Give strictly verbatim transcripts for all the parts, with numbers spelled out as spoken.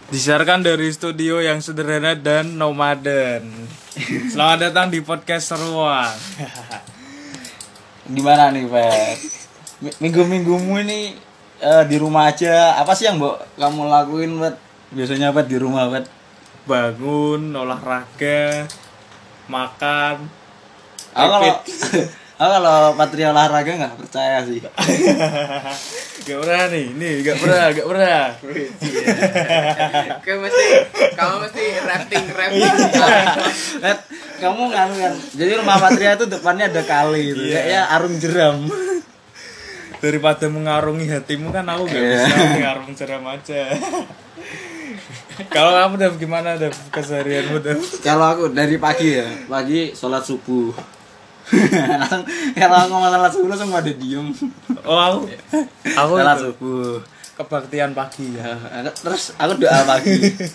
Disiarkan dari studio yang sederhana dan nomaden. Selamat datang di podcast Seruang. Gimana nih, Pet? Minggu-minggumu ini uh, di rumah aja. Apa sih yang mbok kamu lakuin, Pet? Biasanya, Pet, di rumah, Pet? Bangun, olahraga, makan. Aku kalau aku kalau Patria olahraga nggak percaya sih. Gak pernah nih, nih gak pernah, gak pernah. Kayak mesti, kamu mesti rafting rafting. Pet, kamu nganu kan. Jadi rumah Patria itu depannya ada kali itu, Iya. kayaknya arung jeram. Daripada mengarungi hatimu kan aku gak Iya. bisa mengarung jeram aja. Kalau kamu udah gimana udah keseharianmu udah? Kalau aku dari pagi ya, pagi sholat subuh. Langsung kalau aku ngomong sholat subuh langsung pada diem. Oh aku, aku Sholat itu, subuh. kebaktian pagi ya. Terus aku doa pagi.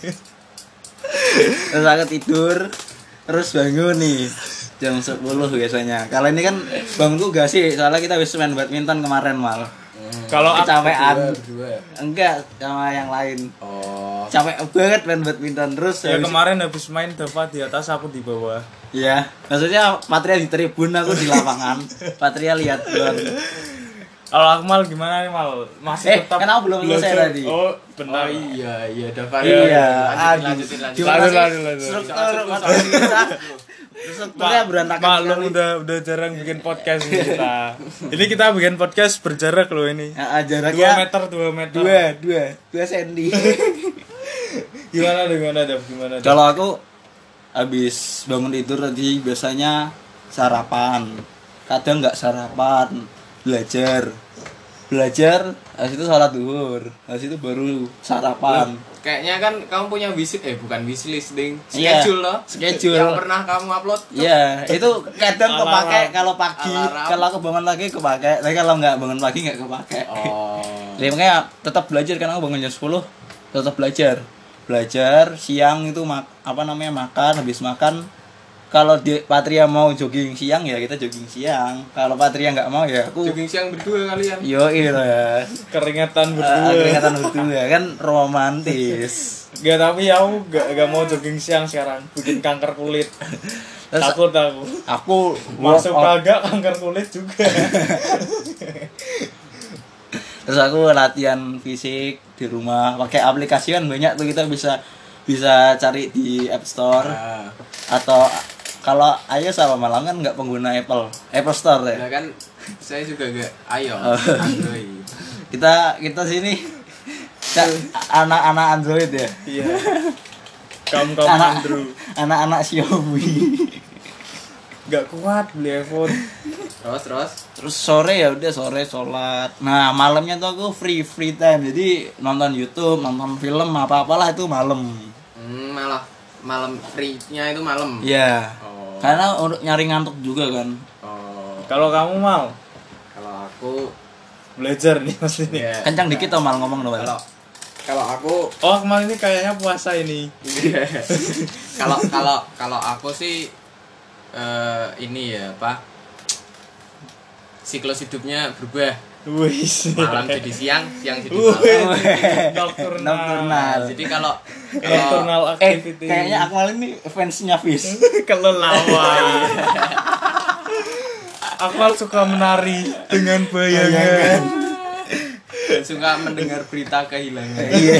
Terus aku tidur, terus bangun nih jam sepuluh biasanya. Kalau ini kan bangunku gak sih, soalnya kita habis main badminton kemarin mal. Kalau aku Kecapean. Berdua. Enggak, sama yang lain. Oh. Capek banget main badminton terus. ya habis- kemarin habis main dapat di atas aku di bawah. Iya, maksudnya Patria di tribun, aku di lapangan. Patria lihat doang. Kalau Akmal gimana nih Mal? Masih Eh, tetap kan aku belum selesai belajar? tadi. Oh, benar. Oh iya, iya Davari. Iya, Lanjutin, aduh. lanjutin, lanjutin. Gimana Lanjut, sih? lanjut, lanjut. Struktur materi kita. Strukturnya berantakan Maklum sekali. udah udah jarang bikin podcast nih kita. Ini kita bikin podcast berjarak loh ini. Ya, jaraknya dua meter, dua meter. dua, dua, dua sendi. Gimana gimana Dap? Gimana Dap? Kalau aku habis bangun tidur tadi biasanya sarapan. Kadang nggak sarapan, belajar. Belajar, habis itu sholat duhur. Habis itu baru sarapan. Kayaknya kan kamu punya wish eh bukan wishlist ding. Iya, Schedule loh. schedule. Yang pernah kamu upload. Iya, itu kadang Alarm. kepake kalau pagi, Alarm. kalau aku bangun lagi kepake. Tapi kalau nggak bangun pagi nggak kepake. Oh. Jadi makanya tetap belajar, karena aku bangun jam sepuluh tetap belajar. Belajar siang itu mak apa namanya makan, habis makan kalau di Patria mau jogging siang ya kita jogging siang. Kalau Patria nggak mau ya aku Jogging siang berdua kalian. yo iya. Keringetan Uh, berdua. Keringatan berdua kan romantis. Gak, tapi aku gak, gak mau jogging siang sekarang. Bikin kanker kulit. Terus Takut aku. aku Masuk workout. kagak kanker kulit juga. Terus aku latihan fisik di rumah pakai aplikasi, kan banyak tuh, kita bisa bisa cari di App Store. Nah, Atau kalau iOS sama Malang kan nggak pengguna Apple Apple Store nah ya. kan saya juga gak ayo Oh. Android. Kita kita sini ca- anak-anak Android ya. Iya. Kamu kamu Anak Andrew. anak-anak Xiaomi. Gak kuat beli iPhone. Terus terus. Terus sore ya udah sore sholat. Nah malamnya tuh aku free free time, jadi nonton YouTube, nonton film apa apalah itu malam. Hmm, malah malam free-nya itu malam. Iya. Oh. Karena untuk nyari ngantuk juga kan. Oh. Kalau kamu mau Kalau aku belajar nih pasti nih. ya, Kencang dikit tuh mal ngomong dong. Kalau kalau aku Oh kemarin ini kayaknya puasa ini. kalau kalau kalau aku sih eh, ini ya apa siklus hidupnya berubah, Wis. malam jadi siang, siang jadi Wih. malam. Nocturnal. Nocturnal. Jadi kalau kalau Nocturnal Eh, activity. kayaknya Akmal ini fansnya Fish. kelelawar. Akmal suka menari dengan bayangan. suka mendengar berita kehilangan. Iya.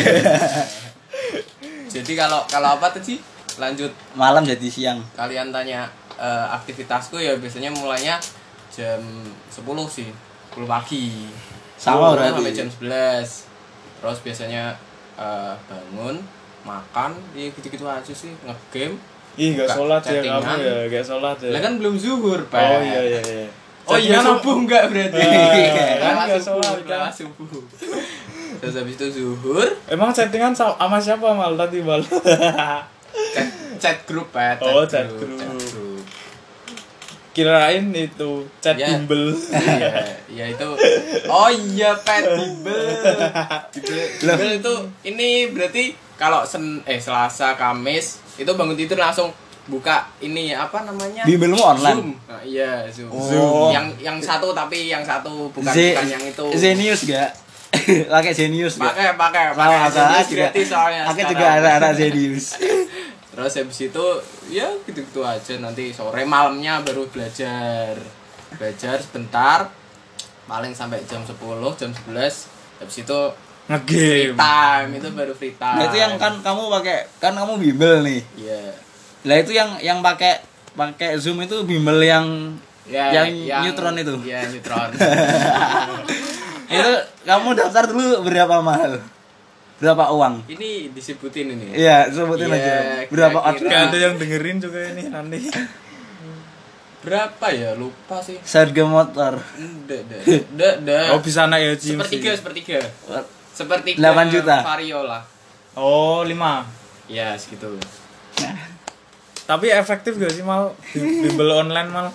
Jadi kalau kalau apa tadi? Lanjut, Malam jadi siang. kalian tanya eh, aktivitasku ya biasanya mulainya jam sepuluh sih, sepuluh pagi. Sama Sepuluh berarti. sampai jam sebelas. Terus biasanya eh, bangun, makan, ya gitu-gitu aja sih, nge-game. Ih, gak Buka sholat ya chattingan. kamu ya, gak sholat ya. Lah kan belum zuhur, Pak. Oh iya iya iya. Oh iya, Chattingan subuh enggak berarti. Eh, kan Lewat nggak subuh, sholat, kan. lewat subuh. Terus habis itu zuhur, Emang chattingan sa- sama siapa mal tadi mal? chat, chat grup, Pak. Oh, chat group. Chat group. Kirain itu chat Ya. bimbel. Iya, iya itu. Oh iya, Pet Bimbel. Bimbel, Bimbel itu ini berarti kalau sen eh Selasa, Kamis itu bangun tidur langsung buka ini apa namanya? Bimbelmu online? Zoom. Nah, iya, Zoom. Oh. Zoom. Yang yang satu tapi yang satu bukan Z- bukan yang itu. Zenius gak? pakai Zenius nggak? Pakai, pakai, Sama pakai. Aka Jadi juga. gratis soalnya. Aku sekarang. juga anak-anak Zenius. Terus habis itu ya gitu-gitu aja, nanti sore malamnya baru belajar. Belajar sebentar. Paling sampai jam sepuluh, jam sebelas. Habis itu free Ngegame. time, itu baru free time. Nah itu yang kan kamu pakai, kan kamu bimbel nih. Iya. Lah itu yang yang pakai pakai Zoom itu bimbel yang Ya, yang neutron itu. Iya, neutron. Itu kamu daftar dulu berapa mahal? Berapa uang? Ini disebutin ini. Iya, sebutin Iya, aja. Berapa kira-kira. outlet? Gak ada yang dengerin juga ini nanti. Berapa ya? Lupa sih. Seharga motor. Nggak, nggak, nggak, nggak. Oh bisa anak ya Jim Sepertiga, sih. sepertiga. Sepertiga delapan juta. Vario lah. Oh lima. Ya, segitu. Tapi efektif gak sih mal bimbel online mal?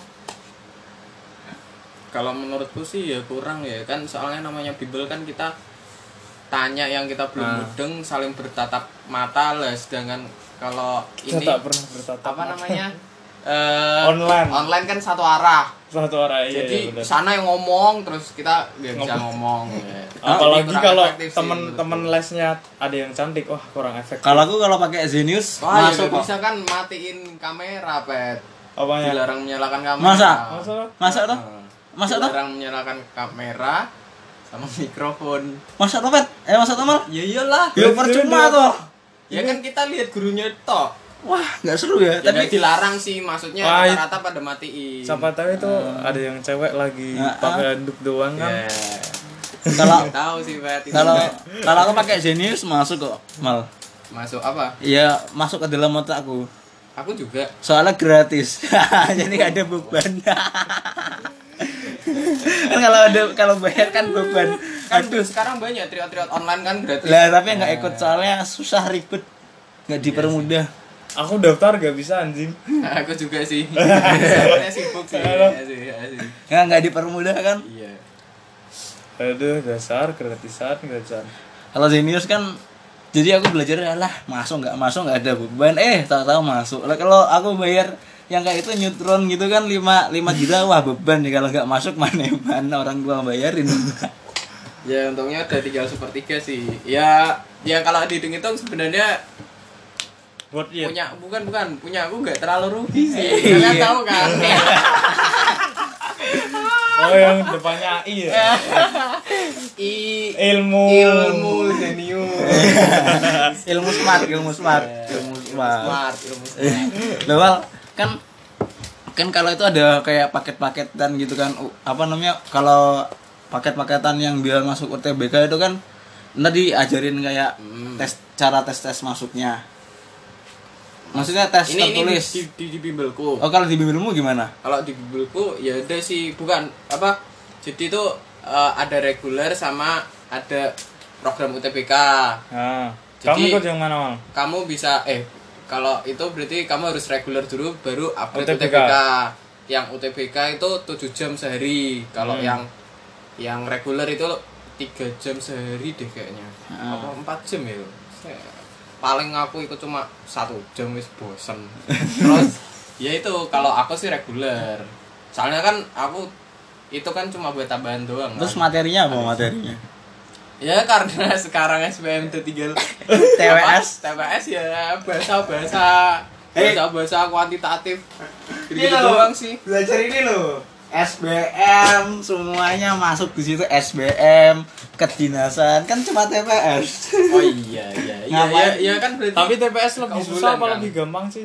Kalau menurutku sih ya kurang ya, kan soalnya namanya bimbel kan kita tanya yang kita belum Ah. mudeng, saling bertatap mata lah, sedangkan kalau Kita ini tak pernah bertatap apa mata. namanya Eh, Online. online kan satu arah. Satu arah iya, Jadi iya, benar. sana yang ngomong terus kita nggak bisa Ngomong. ngomong. Ya. Apalagi Jadi kurang kalau efektif sih temen-temen menurutku. lesnya ada yang cantik, wah kurang efektif. Kalau aku kalau pakai Zenius Wah, ya masuk nggak kok. bisa kan matiin kamera, Pet. Apanya? Dilarang menyalakan kamera. Masa? Masa? Masa tuh? Nah, Masa tuh? dilarang menyalakan kamera sama mikrofon. Masa tuh, Pet? Eh, masa tuh, Mal? Ya iyalah. Ya percuma tuh. Ya kan kita lihat gurunya tok. Wah, nggak seru ya. Ya, Tapi dilarang sih, maksudnya Wah, rata-rata pada matiin. Siapa tahu itu ada yang cewek lagi Ah, pakai handuk doang kan. Ya. kalau Nggak tahu sih, Pet. Itu kalau Pet. kalau aku pakai Zenius masuk kok, Mal. Masuk apa? Iya, masuk ke dalam otakku. Aku juga. Soalnya gratis. Jadi nggak ada beban. Kan kalau ada kalau bayar kan beban. Kan Aduh. sekarang banyak triot-triot online kan gratis. Lah, tapi nggak ikut soalnya susah ribet. Nggak dipermudah. Aku daftar gak bisa anjing. Aku juga sih. Soalnya sibuk sih. Iya sih, iya sih. Nggak nggak dipermudah kan? Iya. Aduh, dasar gratisan, gratisan. Kalau Zenius kan jadi aku belajar lah masuk nggak masuk nggak ada beban eh tahu-tahu masuk. Lah kalau aku bayar yang kayak itu neutron gitu kan lima lima juta wah beban nih kalau nggak masuk mana mana orang tua bayarin. Ya untungnya udah tinggal sepertiga sih. Ya, ya kalau dihitung-hitung sebenarnya Buat iya. punya bukan bukan punya aku nggak terlalu rugi sih. Iya. Kalian tahu kan? Oh yang depannya I ya. I Ilmu. ilmu Zenius. ilmu smart ilmu smart ilmu smart. Smart, ilmu smart. Loh, Wal, kan kan kalau itu ada kayak paket-paketan gitu kan U- apa namanya kalau paket-paketan yang biar masuk U T B K itu kan nanti diajarin kayak Hmm. tes cara tes tes masuknya maksudnya tes Ini ini di, tertulis. di, di, di bimbelku. Oh kalau di bimbelmu gimana? Kalau di bimbelku ya ada sih, bukan apa? Jadi itu eh, ada reguler sama ada program U T B K. Nah, Jadi- kamu ikut yang mana mal? Kamu bisa eh kalau itu berarti kamu harus reguler dulu baru upgrade U U T T B K. B K. Yang U T B K itu tujuh jam sehari. Kalau Hmm. yang yang reguler itu tiga jam sehari deh kayaknya. Ah. Apa empat jam ya? Saya- Paling aku ikut cuma satu jam wis bosen. Terus ya itu kalau aku sih reguler. Soalnya kan aku itu kan cuma buat tambahan doang. Terus kan. materinya apa materinya? Ya karena sekarang S B M udah tinggal T W S. T W S ya bahasa-bahasa Eh. bahasa-bahasa kuantitatif. Ini Gitu loh, doang sih. Belajar ini loh. S B M semuanya masuk di situ S B M kedinasan kan cuma T P S. Oh iya iya iya Ngapain? iya, iya kan berarti. Tapi T P S lebih keunggulan, susah apa kan? lebih gampang sih?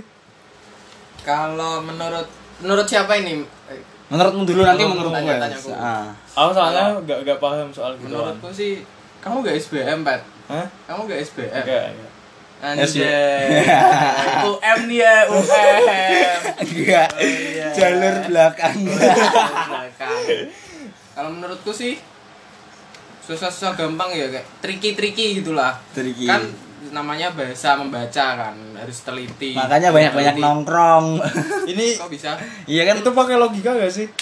Kalau menurut menurut siapa ini? Eh, Menurutmu dulu nanti Oh, menurutmu tanya- ya. tanya aku. Ah. Aku soalnya gak, gak paham soal gitu. Menurutku sih kamu gak S B M, Pat? Hah? Kamu gak S B M? Enggak, enggak. Anjay. U M nih ya, U M. Enggak. Oh, iya. Jalur belakang. Belakang. Kalau menurutku sih susah-susah gampang ya kayak tricky-tricky gitulah. Tricky. Kan namanya bahasa membaca kan harus teliti. Makanya banyak-banyak Teliti. nongkrong. Ini Kok bisa? Iya kan? itu pakai logika gak sih?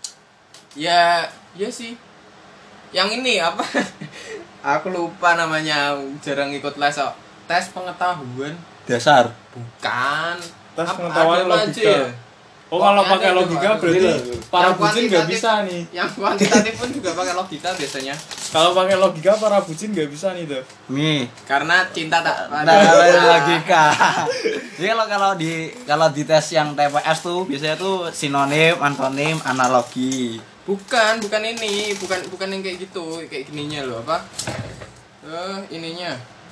Ya, ya sih. Yang ini apa? Aku lupa namanya, jarang ikut les kok. Tes pengetahuan. Dasar. Bukan. Tes Apa- pengetahuan ada apa aja logika. ya? Oh, kalau Kok pakai ada itu, logika Pak? berarti Ini para Yang bucin nggak kuantitatif- bisa nih. Yang kuantitatif pun juga pakai logika biasanya. Kalau pakai logika para bucin nggak bisa nih tuh. Nih. Karena cinta tak Nah, ada logika. Jadi kalau kalau di kalau di tes yang T P S tuh biasanya tuh sinonim, antonim, analogi. Bukan, bukan ini, bukan bukan yang kayak gitu, kayak gininya loh apa? Eh, ininya.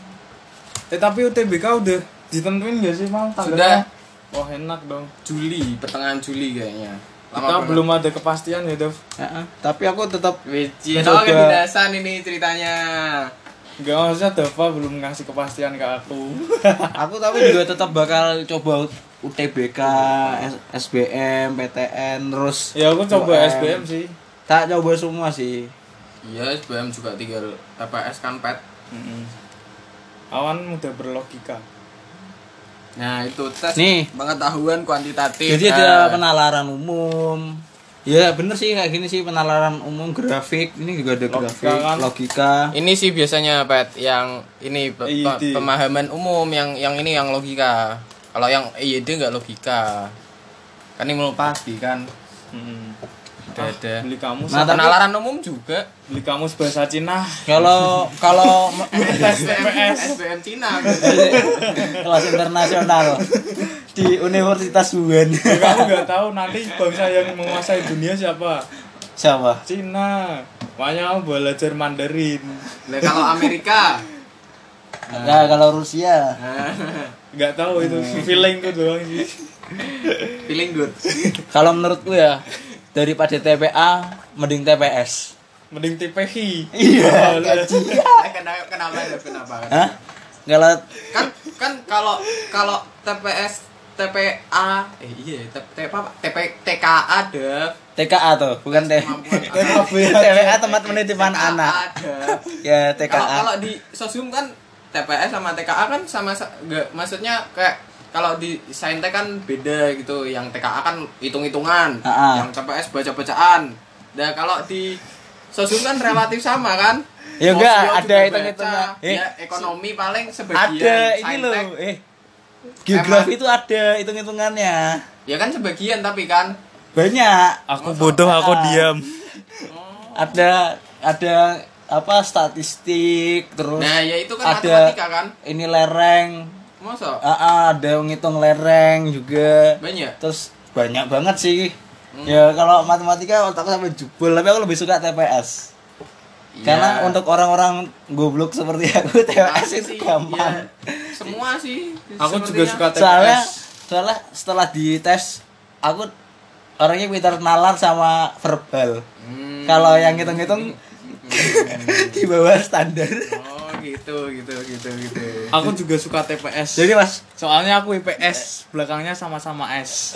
Eh tapi U T B K udah ditentuin nggak sih Mal? Sudah. Wah enak dong. Juli, pertengahan Juli kayaknya. Kita belum ada kepastian ya Dev. Heeh. Tapi aku tetap Wicin, Coba. oh kedinasan ini ceritanya. Enggak, maksudnya Dava belum ngasih kepastian ke aku. aku tapi juga tetap bakal coba U T B K, S B M, P T N, terus Ya aku coba U M. S B M sih. Tak coba semua sih. Iya, S B M juga tinggal T P S kan pet. Mm-mm. Awan mudah berlogika. Nah, itu tes Nih. pengetahuan kuantitatif. Jadi Nah, ada penalaran umum. Ya bener sih kayak gini sih penalaran umum grafik. Ini juga ada Logika grafik, kan? logika. ini sih biasanya pet yang ini pe- I Y D. pe- pemahaman umum yang yang ini yang logika. Kalau yang I Y D enggak logika. Kan ini mau pasti kan. Mm-mm. Ada ada. Beli kamus, Nah, tapi- Penalaran umum juga. beli kamus bahasa Cina. Kalau kalau Tes T P S. S B M Cina. kelas internasional di Universitas Wuhan. Ya, kamu nggak tahu nanti bangsa yang menguasai dunia siapa? Siapa? Cina. Makanya kamu belajar Mandarin. Nah, kalau Amerika. Nah, kalau Rusia. Nggak tahu itu feeling tuh doang sih. Feeling good. Kalau menurutku ya daripada T P A mending T P S. Mending T P H. Iya. Eh, kenapa kenapa ada kenapa? Hah? Kalau Kan kan kalau kalau T P S T P A eh iya T P apa T P T K A ada T K A tuh, bukan T kemampuan T P A tempat penitipan anak. ada. Ya T K Kalau A. kalau di sosum kan T P S sama T K A kan sama sa- enggak maksudnya kayak kalau di saintek kan beda gitu. Yang T K A kan hitung-hitungan, Ah, ah. yang T P S baca-bacaan. Nah, kalau di sosum kan relatif sama kan? Ya enggak, Sosio ada juga hitung-hitungan. baca. Eh, Ya, ekonomi paling sebagian. Ada ini loh, Saintek, eh. Geografi itu ada hitung-hitungannya. ya kan sebagian tapi kan Banyak. Aku bodoh, aku diam. Ada ada apa statistik terus nah ya itu kan ada matematika kan ini lereng. masa Ah, ah, ada ngitung lereng juga. banyak Terus banyak banget sih. Hmm. Ya kalau matematika otakku sampai jebol, tapi aku lebih suka T P S. Karena Ya, untuk orang-orang goblok seperti aku T P S pasti itu sih, gampang. ya, semua sih Aku juga sepertinya. suka T P S. Soalnya soalnya setelah dites aku orangnya pintar nalar sama verbal. Hmm. Kalau yang ngitung-ngitung di bawah standar. Oh gitu gitu gitu gitu Aku juga suka T P S. Jadi Mas, Soalnya aku I P S, belakangnya sama-sama S.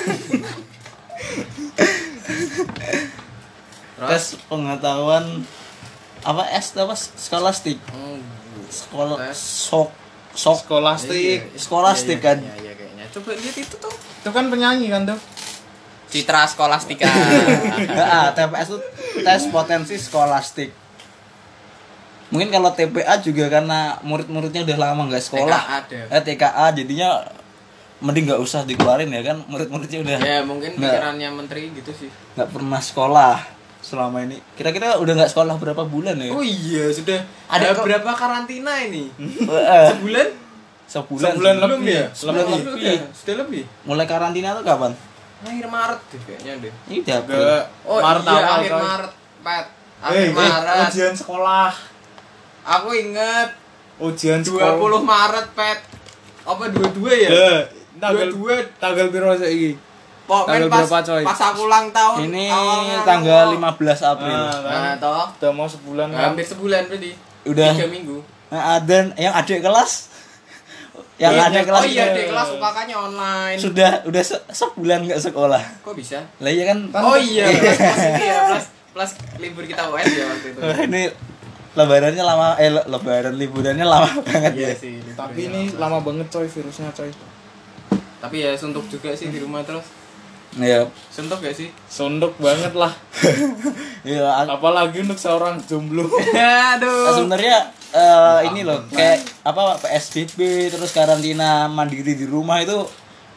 tes pengetahuan apa S apa skolastik. Oh, Sekolah Tes. sok sok Skolastik. iya, iya. Skolastik Iya, kan. iya, iya, kayaknya coba lihat itu tuh Itu kan penyanyi kan tuh. Citra Skolastika. Nah, T P S itu tes potensi skolastik. Mungkin kalau T P A juga karena murid-muridnya udah lama nggak sekolah. T K A ada. Eh, T K A jadinya mending nggak usah dikeluarin ya kan murid-muridnya udah Ya mungkin Nggak. pikirannya menteri gitu sih. nggak pernah sekolah selama ini. Kira-kira udah nggak sekolah berapa bulan ya? Oh iya sudah. Ada Ada kok- berapa karantina ini? Eh, Sebulan? sebulan. Sebulan Belum lebih. ya? Sebulan Lebih. lebih. Ya? Sudah lebih. Mulai karantina tuh kapan? Akhir Maret deh kayaknya deh. Ini udah April. Enggak. Oh Maret iya awal, akhir coy. Maret, Pet. Eh, Akhir eh, Maret. ujian sekolah. Aku inget Ujian dua sekolah. puluh Maret, Pet. Apa dua puluh dua ya? Eh, tanggal Dua-dua. tanggal piro saiki? Pokoknya Tanggal pas, berapa, coy? pas aku ulang tahun. Ini awalnya tanggal aku- lima belas April. Nah, kan. Nah, toh. Udah mau sebulan kan. Hampir sebulan berarti. Udah. Tiga minggu. Nah, dan yang adik kelas yang Oh, adik iya, kelas oh iya, juga. di kelas U K K-nya online. sudah udah se- sebulan nggak sekolah. Kok bisa? Lah iya kan? Oh iya, plus, plus ini ya, plus, plus libur kita U S ya waktu itu. Wah, ini lebarannya lama eh le- lebaran liburannya lama banget Iya ya. sih. liburnya Tapi ini lama banget coy virusnya coy. Tapi ya suntuk juga sih di rumah terus. Iya. Suntuk gak sih? Sondok banget lah. Iya, aku- Apalagi untuk seorang jomblo. Nah, Aduh. sebenarnya eh, ini loh kayak apa P S B B terus karantina mandiri di rumah itu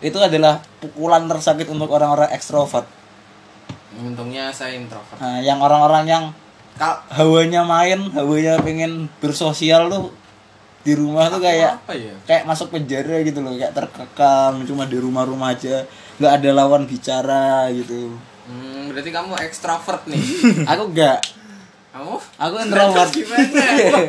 itu adalah pukulan tersakit untuk orang-orang ekstrovert. Untungnya saya introvert. Nah, yang orang-orang yang Kal hawanya main, hawanya pengen bersosial tuh di rumah tuh kayak apa ya? kayak masuk penjara gitu loh, kayak terkekang cuma di rumah-rumah aja, nggak ada lawan bicara gitu. Hmm, berarti kamu ekstrovert nih. Aku enggak, Kamu? aku introvert. Gimana?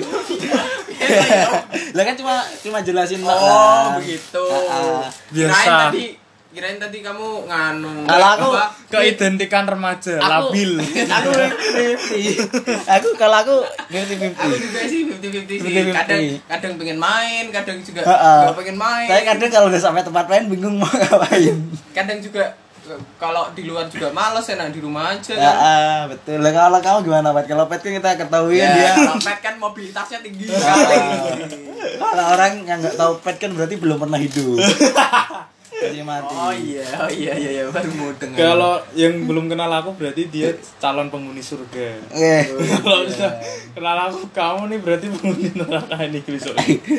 Lah kan cuma cuma jelasin Oh, lah. begitu. Ah, ah. Biasa. Kirain tadi kirain tadi kamu nganu. Kalau aku apa? Keidentikan remaja, Aku- labil. Aku fifty. Aku kalau aku fifty Aku fifty. juga sih fifty fifty sih. fifty fifty. Kadang kadang pengen main, kadang juga Heeh. nggak pengen main. Tapi kadang kalau udah sampai tempat main bingung mau ngapain. Kadang juga eh, kalau di luar juga males, enak di rumah aja Ya, kan. ah, betul. Lah kalau kamu gimana, Pat? Kalau Pat kan kita ketahui Ya, dia. kalau pet kan mobilitasnya tinggi Ah. sekali. Kalau orang yang nggak tahu Pat kan berarti belum pernah hidup. Jadi mati. Oh iya, oh iya iya iya baru mau dengar. Kalau yang belum kenal aku berarti dia calon penghuni surga. Eh. Kalau sudah kenal aku, kamu nih berarti penghuni neraka ini besok.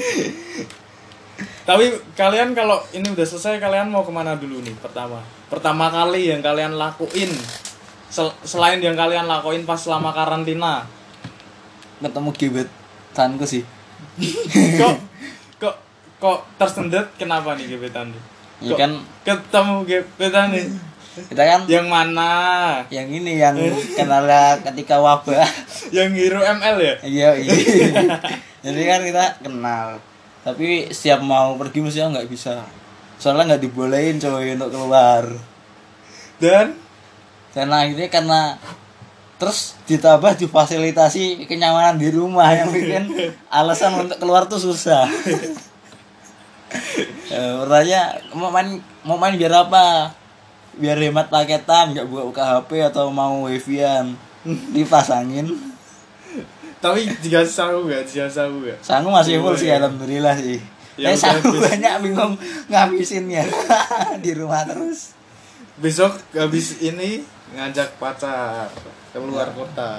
Tapi kalian kalau ini udah selesai, kalian mau kemana dulu nih pertama? Pertama kali yang kalian lakuin sel- selain yang kalian lakuin pas selama karantina. Ketemu gebetanku sih. Kok kok kok tersendat kenapa nih gebetan nih? Ya Kok kan ketemu gebetan nih. kita kan Yang mana? yang ini yang kenal ketika wabah. Yang Hero M L ya? Iya, iya. Jadi kan kita kenal. Tapi setiap mau pergi mesti nggak bisa. Soalnya nggak dibolehin coy untuk keluar. Dan Dan akhirnya karena terus ditambah difasilitasi kenyamanan di rumah yang bikin alasan untuk keluar tuh susah. Ya, bertanya mau main mau main biar apa? Biar hemat paketan, nggak buka buka H P atau mau wifi-an. Dipasangin. tapi jika saku gak, jika saku gak. Sangu masih full sih, alhamdulillah sih. Ya Ya, udah, sangu habis. banyak bingung ngabisinnya di rumah terus. Besok habis ini ngajak pacar keluar kota.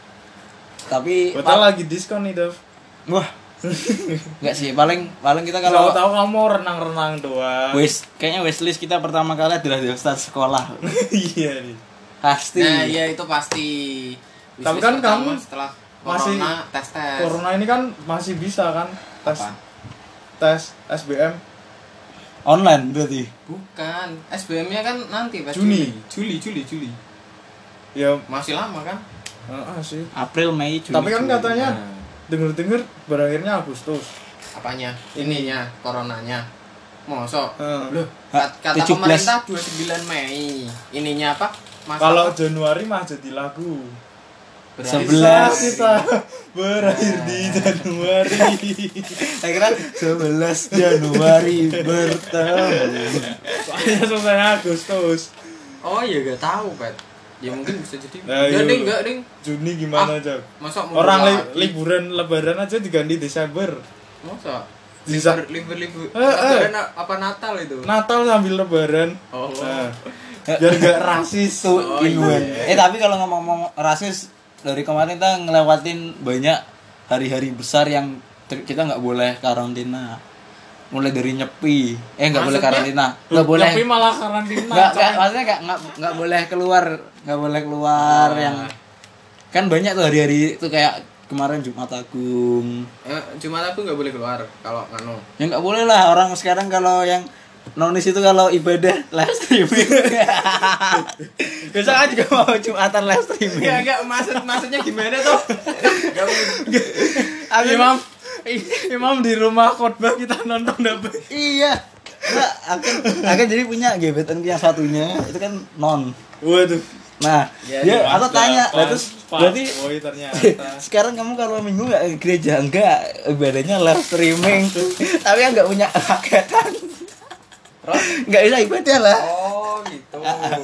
Tapi Kota lagi diskon nih, Dev. wah, enggak sih, paling paling kita Kalau kalau tahu kamu mau renang-renang doang. wis kayaknya wishlist kita pertama kali adalah di start sekolah. Iya nih. Pasti. Nah, iya itu pasti. Tapi Wishlist kan pertama kamu setelah masih- corona tes tes. Corona ini kan masih bisa kan tes Apa? tes S B M Online berarti. Bukan, S B M-nya kan nanti Pak. Juni. Juli, Juli, Juli. ya. Masih lama kan? Heeh sih. April, Mei, Juni. Tapi kan Juli. katanya Nah, denger-denger berakhirnya Agustus. apanya? Ininya, coronanya. Mosok. Heeh. Loh, Hah, kat- kata tujuh belas. pemerintah dua puluh sembilan Mei. Ininya apa? Masa Kalau apa? Januari mah jadi lagu. Berakhir. sebelas. Kita berakhir di Januari. Saya kira sebelas Januari bertemu. Soalnya selesai Agustus. Oh iya gak tahu, Pet. Ya mungkin bisa jadi. Nah, Enggak, iya. Ding, enggak, Ding. Juni gimana Ah, aja? Masa mau Orang li- lagi? liburan lebaran aja diganti Desember. Masa? Bisa. Libur, libur, libur. Eh, eh. Lebaran apa Natal itu? Natal sambil lebaran. Oh. Nah, biar gak rasis. Tuh Oh, in iya. one. Eh tapi kalau ngomong-ngomong rasis, dari kemarin kita ngelewatin banyak hari-hari besar yang ter- kita nggak boleh karantina. Mulai dari nyepi, eh nggak boleh Maksudnya? karantina, nggak boleh, Tapi malah karantina. nggak nggak coy. maksudnya nggak nggak nggak boleh keluar, nggak boleh keluar Ah. yang kan banyak tuh hari-hari itu kayak kemarin Jumat Agung. Eh, Jumat aku nggak boleh keluar kalau nganu. Ya nggak boleh lah, orang sekarang kalau yang nonis itu kalau ibadah live streaming. Besok kan juga mau Jumatan live streaming. Enggak, enggak, maksud maksudnya gimana tuh? Enggak Aku- Imam Imam di rumah khotbah kita nonton dapet. Iya. Nah, akan akan jadi punya gebetan yang satunya itu kan non. Waduh. Nah, Ya, dia Pas aku dah, tanya, lah pas, terus pas, berarti boy ternyata. sekarang kamu kalau minggu nggak ke gereja enggak, ibadahnya live streaming. Tapi enggak punya paketan. Terus? Enggak bisa ibadah lah. Oh, gitu.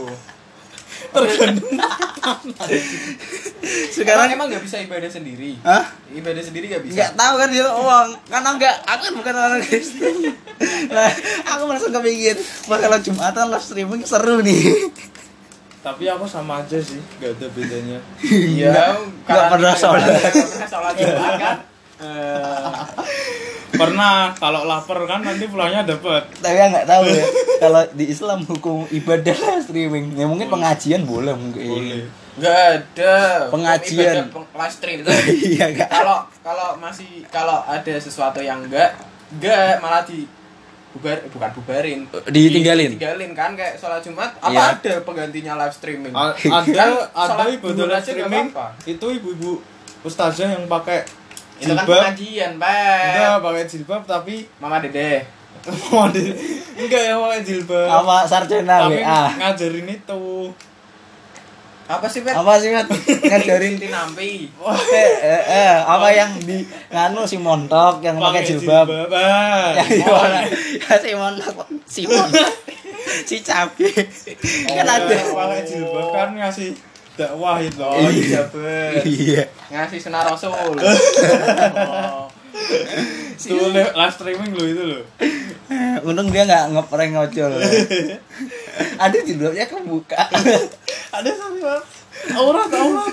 Sekarang emang, emang nggak bisa ibadah sendiri. Hah? Ibadah sendiri nggak bisa. Enggak tahu kan dia uang. Karena enggak, aku kan bukan orang Kristen. Nah, aku langsung kepikir, wah kalau Jumatan live streaming seru nih. Tapi aku sama aja sih, gak ada bedanya. Iya, Nggak pernah sholat. Nggak pernah sholat Jumat kan. Pernah, kalau lapar kan nanti pulangnya dapat. Tapi ya nggak tahu ya. Kalau di Islam hukum ibadah live streaming. Ya mungkin pengajian boleh mungkin. Boleh. Enggak ada. Pengajian. Ibadah peng- live stream. Iya enggak. Kalau kalau masih kalau ada sesuatu yang enggak enggak malah di bubar bukan bubarin. Ditinggalin. Ditinggalin kan kayak sholat Jumat apa Iya. ada penggantinya live streaming. A- Kan ada ada sholat ibadah duhur live aja nggak streaming apa-apa. itu ibu-ibu ustazah yang pakai Itu kan jilbab. pengajian, Pak. Enggak pakai jilbab tapi Mama Dede. Waduh, enggak ya pakai jilbab. Apa sarjana Tapi W A? ngajarin itu. Apa sih, Pet? Apa sih, Mat? Ngajarin Siti Nampi. eh, eh, eh, apa yang di nganu si montok yang pakai jilbab. Ah. Ya, gimana? Ya si montok, si montok. Si cabe. Kan Oh, ada. pakai jilbab kan ngasih dakwah itu. Oh iya, Bet. Iya. Ngasih sunnah Rasul. Oh. Tuh li- live streaming lo itu lo. Untung dia nggak ngeprank ngocol. Ada jilbabnya kebuka. Ada satu aurat aurat.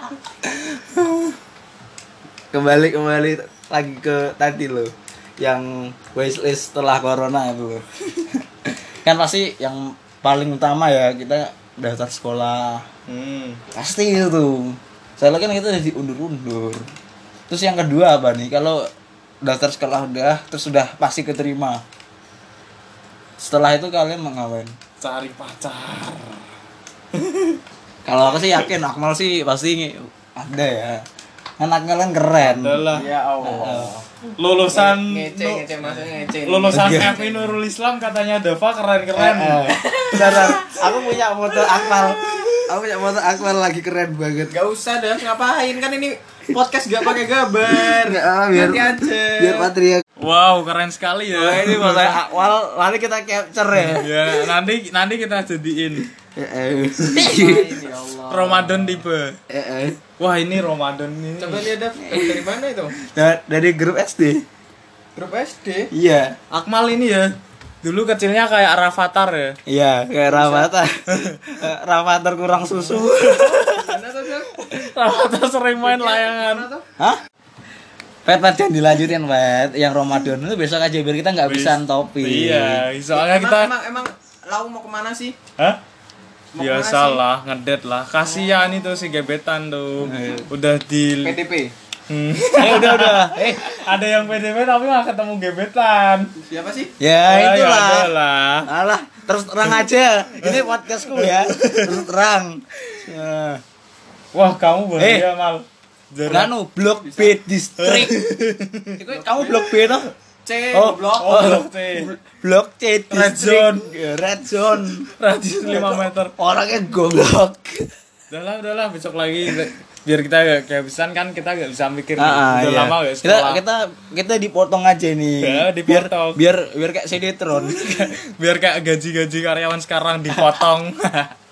Kembali kembali lagi ke tadi loh. Yang wishlist setelah corona itu loh. Kan pasti yang paling utama ya kita daftar sekolah. Hmm. Pasti itu. Soalnya kan kita udah diundur-undur. Terus yang kedua apa nih? Kalau daftar sekolah udah, terus sudah pasti keterima. Setelah itu kalian mau ngapain? Cari pacar. Kalau aku sih yakin Akmal sih pasti ada ya. Anak kalian keren. Adalah Ya Allah. lulusan Ngece, nu- ngece maksudnya ngece. lulusan Iya. F I Nurul Islam katanya Dava keren-keren. Benar. Aku punya foto Akmal. Aku punya foto Akmal lagi keren banget. Gak usah dah, ngapain kan ini podcast gak pakai gambar. Ah, biar Nanti aja. biar Patria. Wow, keren sekali ya. Nah, ini foto Akmal, lalu kita capture ya. Ya, nanti nanti kita jadiin Eh, Ya Allah. Ramadan tiba. eh, eh. Wah, ini Ramadan ini. Coba lihat Dav, dari mana itu? Da- dari grup S D. Grup S D. Iya. Akmal ini ya. Dulu kecilnya kayak Rafathar ya. Iya, kayak Rafathar. Rafathar kurang susu. Mana tuh, Dav? Rafathar sering main Mana layangan. tuh? Hah? Pet, Pet, jangan dilanjutin, Pet. Yang Ramadan itu besok aja biar kita nggak bisa topi. Iya, soalnya Emang- kita emang emang lau mau kemana sih? Hah? Mau kemana Biasalah, ngedet lah. Kasihan itu si gebetan tuh. Udah di P D P. Hmm. Eh, udah, udah. Eh, Ada yang P D P tapi nggak ketemu gebetan. Siapa sih? ya Ya, itulah. ya adalah. Alah, terus terang aja. Ini podcastku ya. Terus terang. Ya. Wah, kamu Eh. bahaya mal. Jarang. Nganu blok B district. Iku kamu blok B toh? C Oh, blok. Oh, blok C. Blok C district. Red zone. Ya, Red zone. Radius lima meter. Orangnya goblok. Udahlah, udahlah besok lagi biar kita gak kehabisan kan kita gak bisa mikir. Ah, Udah iya. lama gak kita, sekolah. kita kita dipotong aja nih. Ya, dipotong. Biar biar biar kayak Sinetron. Biar kayak gaji-gaji karyawan sekarang dipotong.